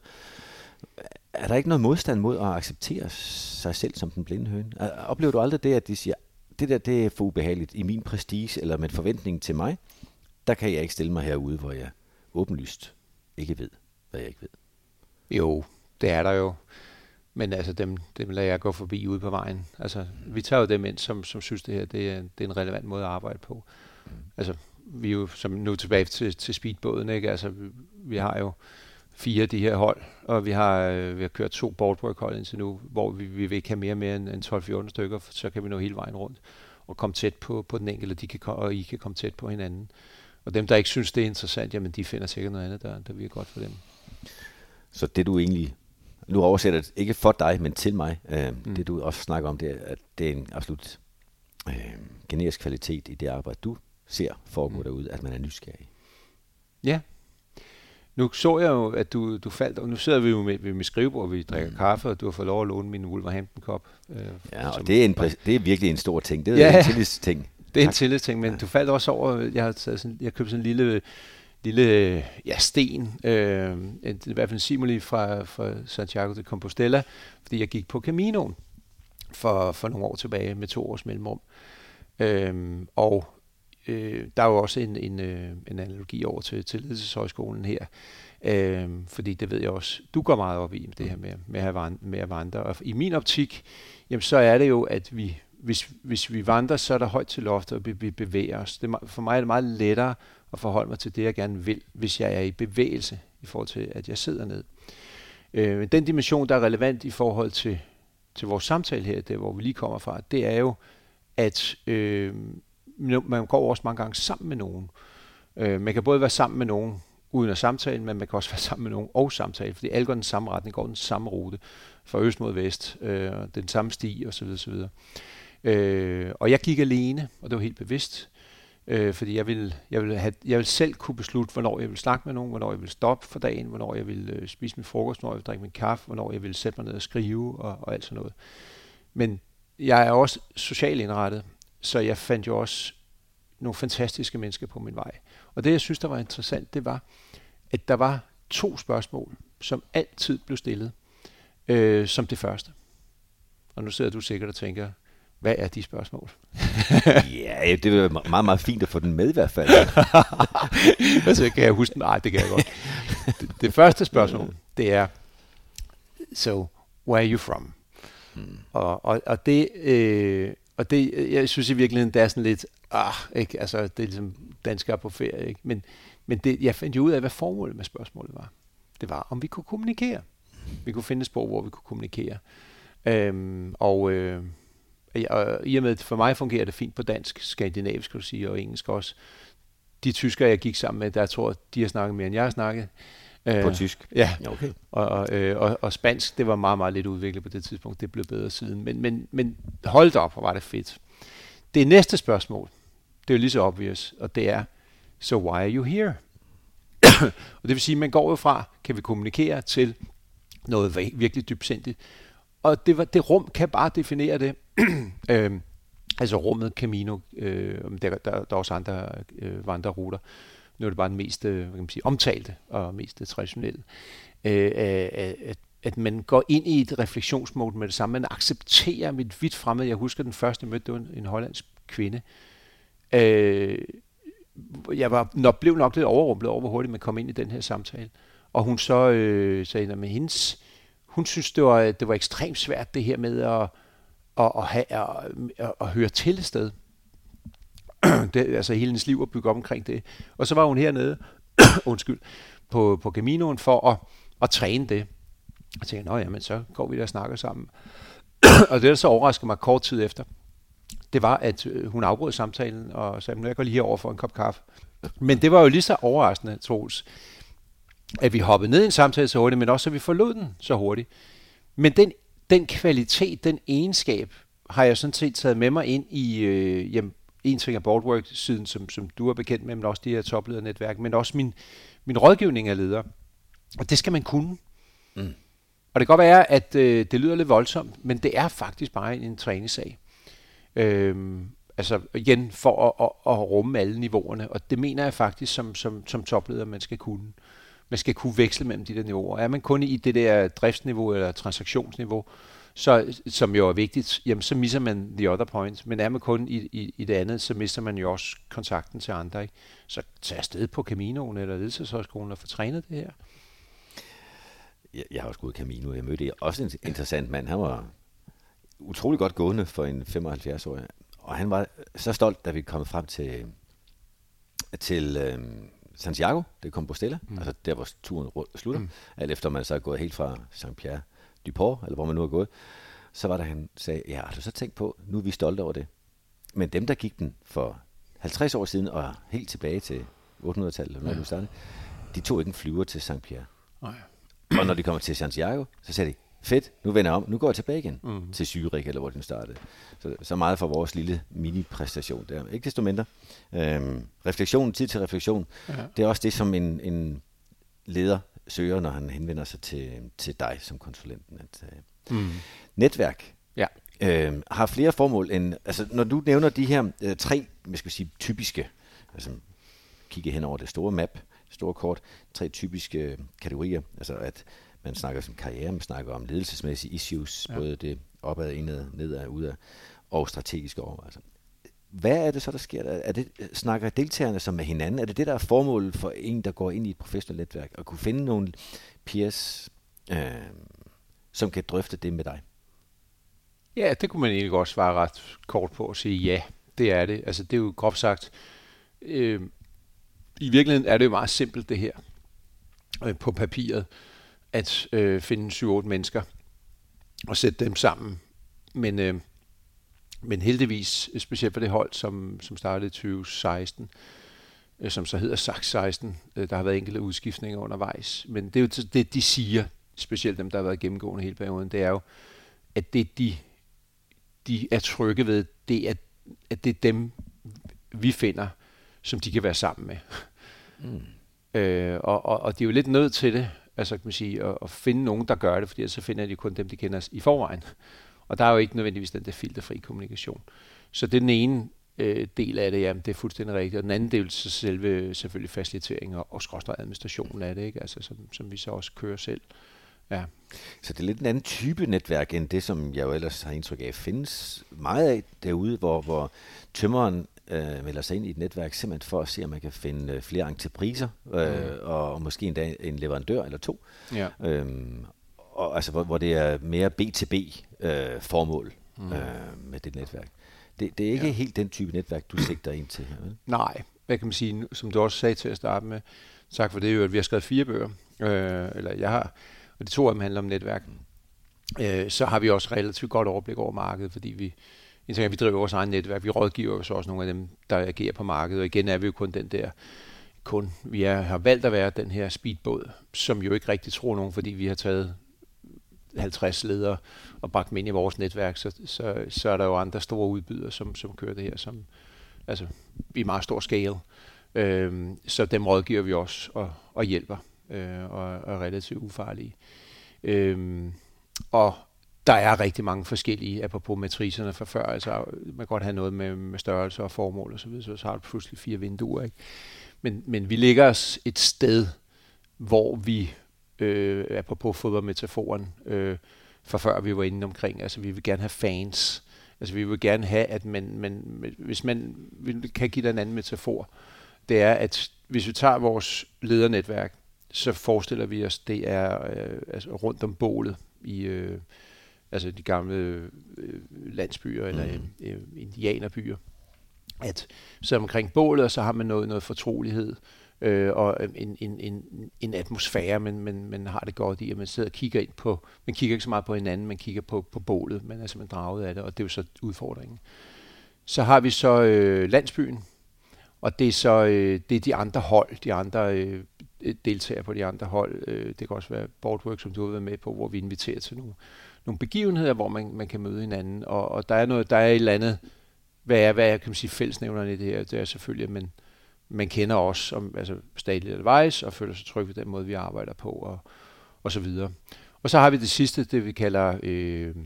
S2: er der ikke noget modstand mod at acceptere sig selv som den blinde høne? Oplever du aldrig det, at de siger, det der det er for ubehageligt i min prestige, eller med forventning til mig? Der kan jeg ikke stille mig herude, hvor jeg åbenlyst ikke ved, hvad jeg ikke ved.
S3: Jo, det er der jo. Men altså, dem, dem lader jeg gå forbi ude på vejen. Altså, vi tager jo dem ind, som, som synes, det her det er, det er en relevant måde at arbejde på. Mm. Altså, vi er jo som nu tilbage til, til speedbåden, ikke? Altså, vi, vi har jo fire af de her hold, og vi har, øh, vi har kørt to boardwork-hold indtil nu, hvor vi, vi vil ikke have mere mere end, end tolv fjorten stykker, så kan vi nå hele vejen rundt og komme tæt på, på den enkelte, de kan, og I kan komme tæt på hinanden. Og dem, der ikke synes, det er interessant, jamen de finder sikkert noget andet, der, der bliver godt for dem.
S2: Så det du egentlig, nu oversætter det ikke for dig, men til mig, øh, mm. det du også snakker om, det er, at det er en absolut øh, generisk kvalitet i det arbejde, du ser foregå mm. derude, at man er nysgerrig.
S3: Ja. Nu så jeg jo, at du, du faldt, og nu sidder vi jo med, ved mit skrivebord, vi drikker mm. kaffe, og du har fået lov at låne min Wolverhampton-kop. Øh,
S2: ja, og det er, en præ- det er virkelig en stor ting. Det er
S3: ja.
S2: en tillidsting.
S3: Det er en tillidsting, men ja. Du faldt også over, jeg har taget sådan, jeg købte sådan en lille, lille ja, sten, øh, en, i hvert fald en simuli fra, fra Santiago de Compostela, fordi jeg gik på Caminoen for, for nogle år tilbage med to års mellemrum. Øh, og øh, der er jo også en, en, en analogi over til, til ledelseshøjskolen her, øh, fordi det ved jeg også, du går meget op i det her med, med, at, vandre, med at vandre. Og i min optik, jamen, så er det jo, at vi Hvis, hvis vi vandrer, så er der højt til loftet, og vi, vi bevæger os. Det, for mig er det meget lettere at forholde mig til det, jeg gerne vil, hvis jeg er i bevægelse, i forhold til, at jeg sidder ned. Øh, den dimension, der er relevant i forhold til, til vores samtale her, der hvor vi lige kommer fra, det er jo, at øh, man går også mange gange sammen med nogen. Øh, man kan både være sammen med nogen, uden at samtale, men man kan også være sammen med nogen og samtale, fordi alle går den samme retning, går den samme rute, fra øst mod vest, øh, den samme sti osv. osv. Øh, og jeg gik alene, og det var helt bevidst, øh, fordi jeg ville, jeg, ville have, jeg ville selv kunne beslutte, hvornår jeg ville snakke med nogen, hvornår jeg ville stoppe for dagen, hvornår jeg ville øh, spise min frokost, hvornår jeg ville drikke min kaffe, hvornår jeg ville sætte mig ned og skrive og, og alt sådan noget. Men jeg er også socialt indrettet, så jeg fandt jo også nogle fantastiske mennesker på min vej. Og det, jeg synes, der var interessant, det var, at der var to spørgsmål, som altid blev stillet, øh, som det første. Og nu sidder du sikkert og tænker, hvad er de spørgsmål?
S2: Ja, det er meget, meget fint at få den med i hvert fald.
S3: Altså, kan jeg huske den? Nej, det kan jeg godt. Det, det første spørgsmål, det er, so, where are you from? Hmm. Og, og, og det... Øh, Og det, jeg synes i virkeligheden, det er sådan lidt, ah, ikke? Altså, det er ligesom danskere på ferie, ikke? Men, men det, jeg fandt jo ud af, hvad formålet med spørgsmålet var. Det var, om vi kunne kommunikere. Vi kunne finde et sprog, hvor vi kunne kommunikere. Øhm, og, øh, og i og med, for mig fungerer det fint på dansk, skandinavisk, kan du sige, og engelsk også. De tyskere, jeg gik sammen med, der tror jeg, de har snakket mere, end jeg har snakket.
S2: På øh, tysk?
S3: Ja,
S2: ja okay.
S3: og, og, øh, og, og spansk, det var meget, meget lidt udviklet på det tidspunkt. Det blev bedre siden. Men, men, men hold op, hvor var det fedt. Det næste spørgsmål, det er jo lige så obvious, og det er, so why are you here? Og det vil sige, at man går jo fra, kan vi kommunikere, til noget virkelig dybsindigt. Og det, var, det rum kan bare definere det. øhm, altså rummet, Camino, øh, der, der, der er også andre øh, vandreruter. Nu er det bare den mest hvad kan man sige, omtalte og mest traditionelle. Øh, at, at man går ind i et refleksionsmode med det samme. Man accepterer mit vidt fremmede. Jeg husker den første møde, det var en, en hollandsk kvinde. Øh, jeg var, nok, blev nok lidt overrumplet over, hvor hurtigt man kom ind i den her samtale. Og hun så øh, sagde, at hendes, hun synes, det var, det var ekstremt svært det her med at, at, at, have, at, at, at høre til et sted. Det, altså hele hendes liv at bygge op omkring det. Og så var hun hernede, undskyld, på, på Caminoen for at, at træne det. Og tænkte, nå jamen, så går vi der og snakker sammen. Og det, der så overraskede mig kort tid efter, det var, at hun afbrød samtalen og sagde, nu jeg går lige herover for en kop kaffe. Men det var jo lige så overraskende, Troels, at vi hoppede ned i en samtale så hurtigt, men også at vi forlod den så hurtigt. Men den, den kvalitet, den egenskab, har jeg sådan set taget med mig ind i, øh, jamen, en ting er Boardwork-siden, som, som du er bekendt med, men også de her topledernetværk, men også min, min rådgivning af ledere. Og det skal man kunne. Mm. Og det kan godt være, at øh, det lyder lidt voldsomt, men det er faktisk bare en, en træningssag. Øhm, altså igen, for at, at, at rumme alle niveauerne. Og det mener jeg faktisk som, som, som topleder, man skal kunne. Man skal kunne veksle mellem de der niveauer. Er man kun i det der driftsniveau eller transaktionsniveau, så, som jo er vigtigt, jamen så misser man the other point. Men er man kun i, i, i det andet, så mister man jo også kontakten til andre. Ikke? Så tag afsted på Caminoen eller ledelseshøjskolen og få trænet det her.
S2: Jeg, jeg har også gået Camino. Jeg mødte også en interessant mand. Han var utrolig godt gående for en femoghalvfjerds-årig. Og han var så stolt, da vi kom frem til, til øhm, Santiago, det er Compostela, mm. altså der, hvor turen slutter. Mm. Alt efter man så er gået helt fra Saint-Pierre du Port, eller hvor man nu er gået, så var der, han sagde, ja, har du så tænkt på, nu er vi stolte over det. Men dem, der gik den for halvtreds år siden, og helt tilbage til ottehundredetallet, når ja. du startede, de tog ikke en flyver til Saint-Pierre. Oh, ja. Og når de kommer til Santiago, så sagde de, fedt, nu vender jeg om, nu går jeg tilbage igen mm. til Zürich, eller hvor den startede. Så, så meget for vores lille mini-præstation der. Ikke desto mindre. Øhm, refleksion, tid til refleksion, ja. Det er også det, som en, en leder søger, når han henvender sig til, til dig som konsulenten. At, øh, mm. Netværk ja. øh, har flere formål end, altså når du nævner de her øh, tre, hvad skal vi sige, typiske, altså kigge hen over det store map, store kort, tre typiske kategorier, altså at man snakker om karriere, man snakker om ledelsesmæssige issues, ja. Både det opad, indad, nedad, udad, og strategiske overvejelser. Hvad er det så, der sker? Er det, snakker deltagerne som med hinanden? Er det det, der er formålet for en, der går ind i et professionelt netværk, at kunne finde nogle peers, øh, som kan drøfte det med dig?
S3: Ja, det kunne man egentlig godt svare ret kort på og sige, ja, det er det. Altså, det er jo groft sagt. Øh, I virkeligheden er det jo meget simpelt, det her, øh, på papiret, at øh, finde syv otte mennesker og sætte dem sammen. Men, øh, men heldigvis, specielt for det hold, som, som startede i tyve seksten, øh, som så hedder S A C seksten. Øh, der har været enkelte udskiftninger undervejs. Men det er jo det, de siger, specielt dem, der har været gennemgående hele perioden, det er jo, at det, de, de er trygge ved, det er, at det er dem, vi finder, som de kan være sammen med. Mm. øh, og, og, og de er jo lidt nødt til det, altså kan man sige, at, at finde nogen, der gør det, fordi så finder de kun dem, de kender i forvejen. Og der er jo ikke nødvendigvis den der filterfri kommunikation. Så det er den ene øh, del af det, jamen det er fuldstændig rigtigt. Og den anden del er selve selvfølgelig facilitering og, og skråstreg administrationen af det, ikke? Altså, som, som vi så også kører selv. Ja.
S2: Så det er lidt en anden type netværk, end det, som jeg jo ellers har indtryk af, findes meget af derude, hvor, hvor tømmeren øh, melder sig ind i et netværk, simpelthen for at se, om man kan finde øh, flere entrepriser, øh, mm. og, og måske endda en leverandør eller to. Ja. Øhm, og, altså, hvor, hvor det er mere B to B øh, formål mm. øh, med det netværk. Det, det er ikke ja. helt den type netværk, du sigter ind til her, vel?
S3: Nej, hvad kan man sige, som du også sagde til at starte med, tak for det jo, at vi har skrevet fire bøger, øh, eller jeg har, og de to af dem handler om netværk. Øh, så har vi også relativt godt overblik over markedet, fordi vi, indtil vi driver vores egen netværk, vi rådgiver så også nogle af dem, der agerer på markedet, og igen er vi jo kun den der, kun vi er, har valgt at være den her speedbåd, som jo ikke rigtig tror nogen, fordi vi har taget halvtreds ledere og bragt dem ind i vores netværk, så, så, så er der jo andre store udbydere, som, som kører det her, som altså i meget stor scale. Øhm, så dem rådgiver vi også og, og hjælper, øh, og, og er relativt ufarlige. Øhm, og der er rigtig mange forskellige, apropos matricerne fra før, altså man kan godt have noget med, med størrelse og formål og så videre, så, så har du pludselig fire vinduer, ikke? Men, men vi ligger os et sted, hvor vi Øh, apropos fodboldmetaforen, øh, for før vi var inde omkring, altså vi vil gerne have fans, altså vi vil gerne have, at man, man hvis man kan give dig en anden metafor, det er, at hvis vi tager vores ledernetværk, så forestiller vi os, det er øh, altså rundt om bålet i øh, altså de gamle øh, landsbyer eller mm. øh, indianerbyer, at så omkring bålet, så har man noget, noget fortrolighed, Øh, og en, en, en, en atmosfære, men man, man har det godt i, at man sidder og kigger ind på, man kigger ikke så meget på hinanden, man kigger på, på bålet, man er simpelthen draget af det, og det er jo så udfordringen. Så har vi så øh, landsbyen, og det er så øh, det er de andre hold, de andre øh, deltagere på de andre hold. Øh, det kan også være boardwork, som du har været med på, hvor vi inviterer til nogle, nogle begivenheder, hvor man, man kan møde hinanden, og, og der er noget, der er et eller andet, hvad er, hvad er kan man sige, fællesnævnerne i det her, det er selvfølgelig, at man man kender os om altså statlig advice og føler sig tryg ved den måde, vi arbejder på og, og så videre. Og så har vi det sidste, det vi kalder øh,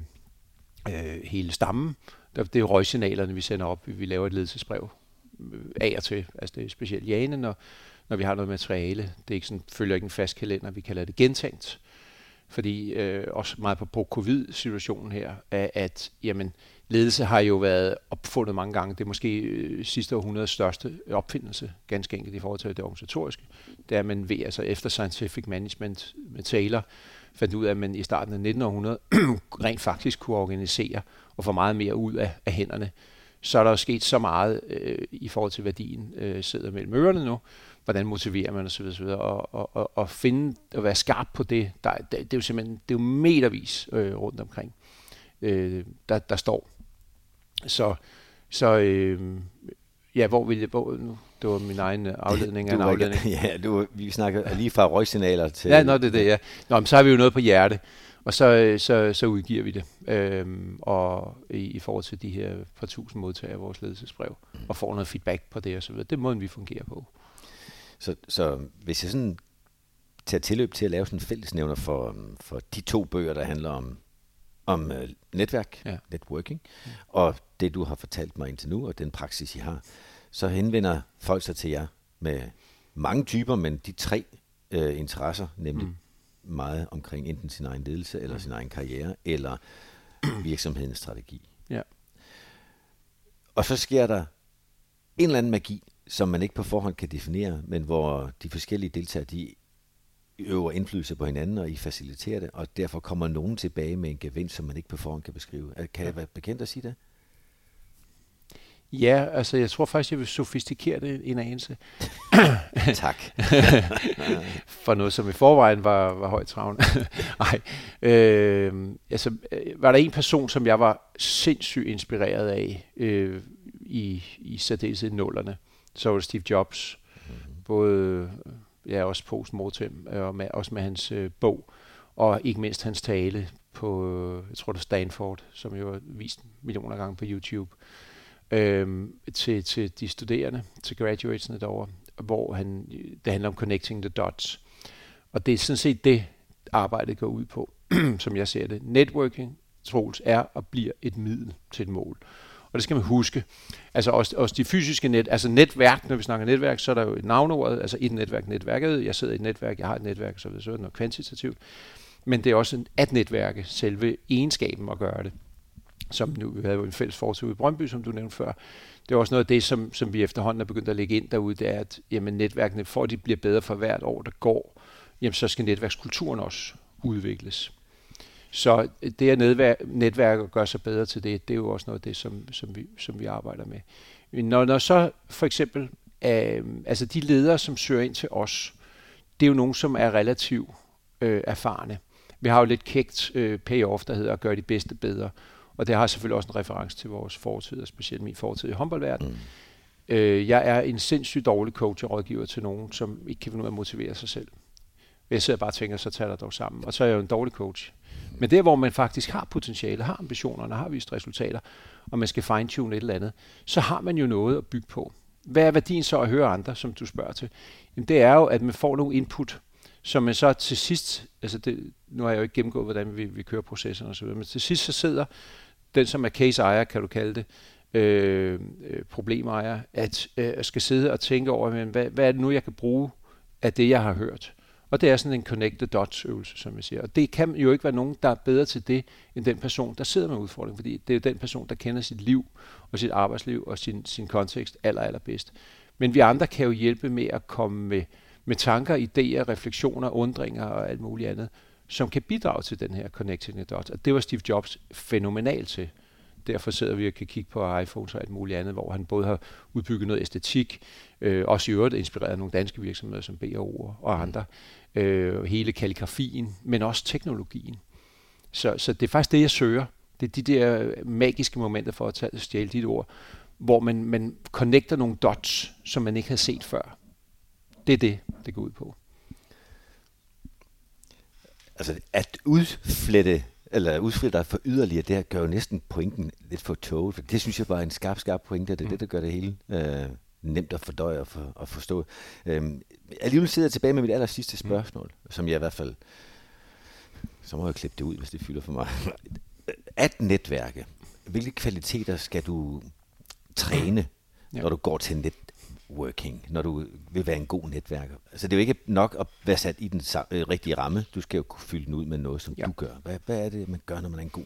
S3: øh, hele stammen. Det er jo røgsignalerne, vi sender op. Vi laver et ledelsesbrev af og til. Altså det er specielt Jane, når, når vi har noget materiale. Det er ikke sådan, følger ikke en fast kalender, vi kalder det gentænkt. Fordi øh, også meget på, på covid-situationen her, at, at jamen, ledelse har jo været opfundet mange gange. Det er måske øh, sidste århundredes største opfindelse, ganske enkelt i forhold til det organisatoriske. Det er, at man ved, altså efter scientific management med Taylor, fandt ud af, at man i starten af nitten hundrede rent faktisk kunne organisere og få meget mere ud af, af hænderne. Så er der jo sket så meget øh, i forhold til værdien øh, sidder mellem ørerne nu. Hvordan motiverer man osv. osv. Og, og, og, og finde og være skarp på det, der, det, det er jo simpelthen det er jo metervis øh, rundt omkring, øh, der, der står. Så, så øh, ja, hvor vil jeg, hvor, nu, det var min egen afledning af en afledning.
S2: Ja, du, vi snakker lige fra røgsignaler til...
S3: Ja, nå, det er det, ja. Nå, men så har vi jo noget på hjerte, og så, så, så udgiver vi det, øhm, og i, i forhold til de her par tusind modtagere af vores ledelsesbrev, og får noget feedback på det og så videre. Det er måden, vi fungerer på.
S2: Så, så hvis jeg sådan tager tilløb til at lave sådan en fællesnævner for, for de to bøger, der handler om, om uh, netværk, ja. networking, ja. og det du har fortalt mig indtil nu, og den praksis I har, så henvender folk sig til jer med mange typer, men de tre uh, interesser, nemlig mm. meget omkring enten sin egen ledelse, eller mm. sin egen karriere, eller virksomhedens strategi. Ja. Og så sker der en eller anden magi, som man ikke på forhånd kan definere, men hvor de forskellige deltagere, de øver indflydelse på hinanden, og I faciliterer det, og derfor kommer nogen tilbage med en gevinst, som man ikke på forhånd kan beskrive. Kan jeg være bekendt at sige det?
S3: Ja, altså jeg tror faktisk, jeg vil sofistikere det en anelse.
S2: Tak.
S3: For noget, som i forvejen var, var højt travne. Nej. Øh, altså, var der en person, som jeg var sindssygt inspireret af øh, i, i særdeleshed nullerne, så var det Steve Jobs. Mm. både ja, også postmortem, og med, også med hans øh, bog, og ikke mindst hans tale på, jeg tror det er Stanford, som jo er vist millioner gange på YouTube, øh, til, til de studerende, til graduatesne derovre, hvor han, det handler om connecting the dots. Og det er sådan set det, arbejdet går ud på, som jeg ser det. Networking, Troels, er og bliver et middel til et mål. Og det skal man huske. Altså også, også de fysiske net, altså netværk, når vi snakker netværk, så er der jo et navneord, altså et netværk, netværket. Jeg sidder i et netværk, jeg har et netværk, så, så er det noget kvantitativt. Men det er også at netværke, selve egenskaben at gøre det. Som nu, vi havde jo en fælles fortid i Brøndby, som du nævnte før. Det er også noget af det, som, som vi efterhånden er begyndt at lægge ind derude, det er, at jamen, netværkene, for at de bliver bedre for hvert år, der går, jamen, så skal netværkskulturen også udvikles. Så det at netværke og gøre sig bedre til det, det er jo også noget af det, som, som, vi, som vi arbejder med. Når, når så for eksempel, øh, altså de ledere, som søger ind til os, det er jo nogen, som er relativt øh, erfarne. Vi har jo lidt kægt øh, payoff, der hedder at gøre de bedste bedre. Og det har selvfølgelig også en reference til vores fortid, og specielt min fortid i håndboldverdenen. Mm. Øh, jeg er en sindssygt dårlig coach og rådgiver til nogen, som ikke kan finde ud af at motivere sig selv. Jeg sidder bare og tænker, så tager der dog sammen. Og så er jeg jo en dårlig coach. Men der, hvor man faktisk har potentiale, har ambitionerne, har vist resultater, og man skal fine-tune et eller andet, så har man jo noget at bygge på. Hvad er værdien så at høre andre, som du spørger til? Jamen, det er jo, at man får nogle input, som man så til sidst, altså det, nu har jeg jo ikke gennemgået, hvordan vi, vi kører processerne osv., men til sidst så sidder den, som er case-ejer, kan du kalde det, øh, øh, problemejer, at øh, skal sidde og tænke over, men hvad, hvad er det nu, jeg kan bruge af det, jeg har hørt? Og det er sådan en connect the dots øvelse, som jeg siger. Og det kan jo ikke være nogen, der er bedre til det, end den person, der sidder med udfordringen. Fordi det er jo den person, der kender sit liv, og sit arbejdsliv, og sin, sin kontekst aller, allerbedst. Men vi andre kan jo hjælpe med at komme med, med tanker, idéer, refleksioner, undringer og alt muligt andet, som kan bidrage til den her connecting the dots. Og det var Steve Jobs fænomenalt til. Derfor sidder vi og kan kigge på iPhones og alt muligt andet, hvor han både har udbygget noget æstetik, øh, også i øvrigt inspireret af nogle danske virksomheder som B og O og andre, øh, hele kalligrafien, men også teknologien. Så, så det er faktisk det, jeg søger. Det er de der magiske momenter for at tage, stjæle dit ord, hvor man, man connecter nogle dots, som man ikke havde set før. Det er det, det går ud på.
S2: Altså at udflette eller udfritter for yderligere, det her gør jo næsten pointen lidt for tåget, for det synes jeg bare er en skarp, skarp pointe, det er mm. det, der gør det hele øh, nemt at fordøje og, for, og forstå. Øhm, alligevel sidder jeg tilbage med mit aller sidste spørgsmål, mm. som jeg i hvert fald, så må jeg klippe det ud, hvis det fylder for mig. At netværke, hvilke kvaliteter skal du træne, ja. når du går til networking, når du vil være en god netværker? Altså det er jo ikke nok at være sat i den øh, rigtige ramme. Du skal jo kunne fylde den ud med noget, som ja. du gør. Hvad, hvad er det, man gør, når man er en god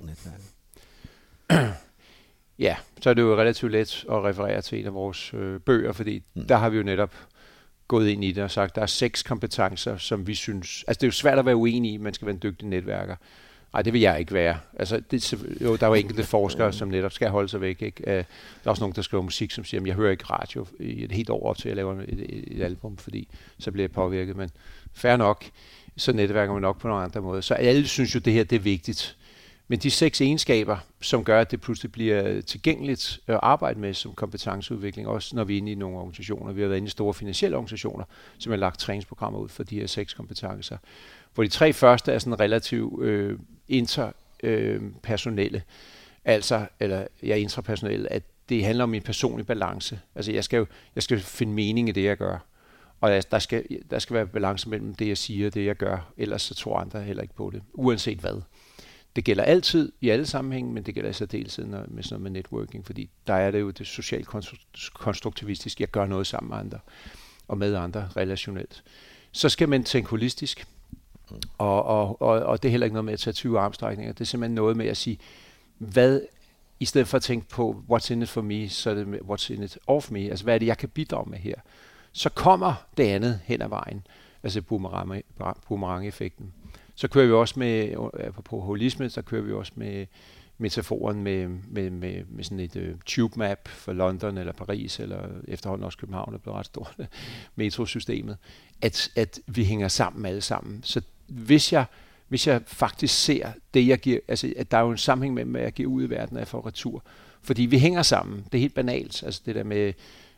S2: netværker?
S3: Ja, så er det jo relativt let at referere til en af vores øh, bøger, fordi mm. der har vi jo netop gået ind i det og sagt, at der er seks kompetencer, som vi synes... Altså det er jo svært at være uenig i, man skal være en dygtig netværker. Nej, det vil jeg ikke være. Altså, det, jo, der er jo enkelte forskere, som netop skal holde sig væk. Ikke? Der er også nogen, der skriver musik, som siger, at jeg hører ikke radio i et helt år op til, at jeg laver et, et, et album, fordi så bliver jeg påvirket. Men fair nok, så netværker man nok på nogle andre måder. Så alle synes jo, at det her det er vigtigt. Men de seks egenskaber, som gør, at det pludselig bliver tilgængeligt at arbejde med som kompetenceudvikling, også når vi er inde i nogle organisationer. Vi har været inde i store finansielle organisationer, som har lagt træningsprogrammer ud for de her seks kompetencer. Hvor de tre første er sådan relativt øh, interpersonelle, øh, altså, eller ja, intrapersonelle, at det handler om min personlige balance. Altså jeg skal jo jeg skal finde mening i det, jeg gør. Og der skal, der skal være balance mellem det, jeg siger og det, jeg gør. Ellers så tror andre heller ikke på det, uanset hvad. Det gælder altid i alle sammenhænge, men det gælder i særdeleshed med sådan noget med networking, fordi der er det jo det socialt konstruktivistiske, jeg gør noget sammen med andre, og med andre relationelt. Så skal man tænke holistisk, og, og, og, og det er heller ikke noget med at tage tyve armstrækninger, det er simpelthen noget med at sige, hvad, i stedet for at tænke på, what's in it for me, så er det what's in it of me, altså hvad er det, jeg kan bidrage med her. Så kommer det andet hen ad vejen, altså boomerang-effekten. Så kører vi også med, på holisme, så kører vi også med metaforen med, med, med, med sådan et uh, tube map for London eller Paris, eller efterhånden også København er blevet ret stort, metrosystemet, at, at vi hænger sammen alle sammen. Så hvis jeg, hvis jeg faktisk ser det, jeg giver, altså at der er jo en sammenhæng med, hvad jeg giver ud i verden, at jeg får retur. Fordi vi hænger sammen, det er helt banalt, altså det der med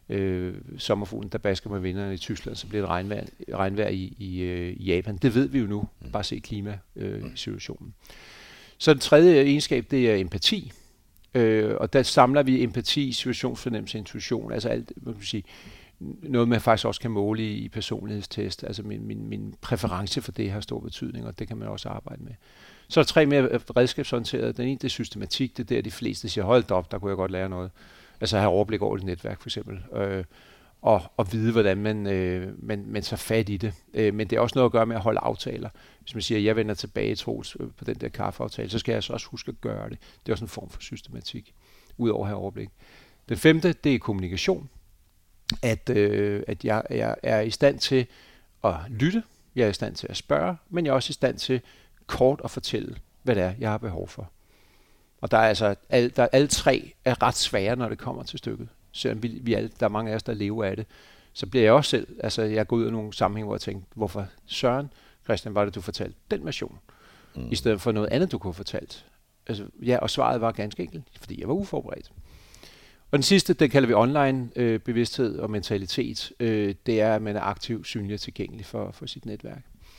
S3: øh, sommerfuglen, der basker med vinderne i Tyskland, så bliver det regnvejr, regnvejr i, i, øh, i Japan. Det ved vi jo nu, bare se klimasituationen. Øh, så den tredje egenskab, det er empati. Øh, og der samler vi empati, situationsfornemmelse, intuition, altså alt, hvad kan man sige, noget man faktisk også kan måle i, i personlighedstest. Altså min, min, min præference for det har stor betydning, og det kan man også arbejde med. Så er der tre mere redskabsorienterede. Den ene, det er systematik. Det er der, de fleste siger, hold op, der kunne jeg godt lære noget. Altså have overblik over dit netværk, for eksempel. Øh, og, og vide, hvordan man, øh, man, man tager fat i det. Øh, men det er også noget at gøre med at holde aftaler. Hvis man siger, jeg vender tilbage, Troels, på den der kaffeaftale, så skal jeg så også huske at gøre det. Det er også en form for systematik, udover at have overblik. Den femte, det er kommunikation. At, øh, at jeg, jeg er i stand til at lytte, jeg er i stand til at spørge, men jeg er også i stand til kort at fortælle, hvad det er, jeg har behov for. Og der er altså alle, der, alle tre er ret svære, når det kommer til stykket. Selvom vi, vi alle, der er mange af os, der lever af det, så bliver jeg også selv, altså jeg går ud af nogle sammenhæng, hvor jeg tænker, hvorfor Søren, Christian, var det, du fortalte den version, mm. i stedet for noget andet, du kunne have fortalt. Altså, ja, og svaret var ganske enkelt, fordi jeg var uforberedt. Og den sidste, det kalder vi online øh, bevidsthed og mentalitet. Øh, det er, at man er aktiv, synlig og tilgængelig for, for sit netværk.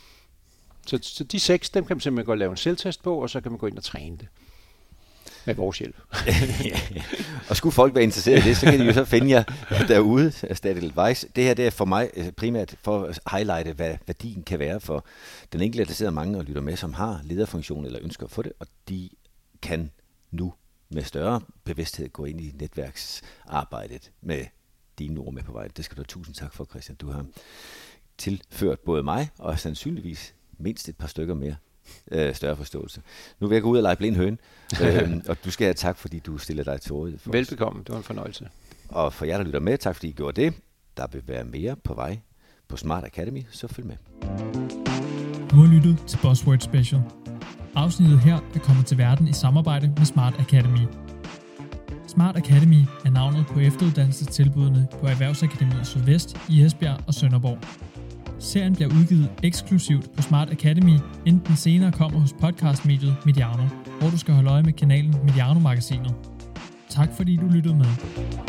S3: Så, så de seks, dem kan man simpelthen godt lave en selvtest på, og så kan man gå ind og træne det. Med vores hjælp.
S2: ja, ja. Og skulle folk være interesseret i det, så kan de jo så finde jer derude af Static Advice. Det her det er for mig primært for at highlighte, hvad værdien kan være for den enkelte, der sidder mange og lytter med, som har lederfunktion eller ønsker at få det, og de kan nu med større bevidsthed gå ind i netværksarbejdet med dine ord med på vej. Det skal du have tusind tak for, Christian. Du har tilført både mig og sandsynligvis mindst et par stykker mere øh, større forståelse. Nu vil jeg gå ud og lege blind høne, øh, og du skal have tak, fordi du stiller dig til rådighed for
S3: Velbekomme, det var en fornøjelse.
S2: Og for jer, der lytter med, tak fordi I gjorde det. Der vil være mere på vej på Smart Academy, så følg med.
S1: Du har lyttet til Buzzword Special. Afsnittet her er kommet til verden i samarbejde med Smart Academy. Smart Academy er navnet på efteruddannelsestilbudene på Erhvervsakademiet Sydvest i Esbjerg og Sønderborg. Serien bliver udgivet eksklusivt på Smart Academy, inden den senere kommer hos podcastmediet Mediano, hvor du skal holde øje med kanalen Mediano-magasinet. Tak fordi du lyttede med.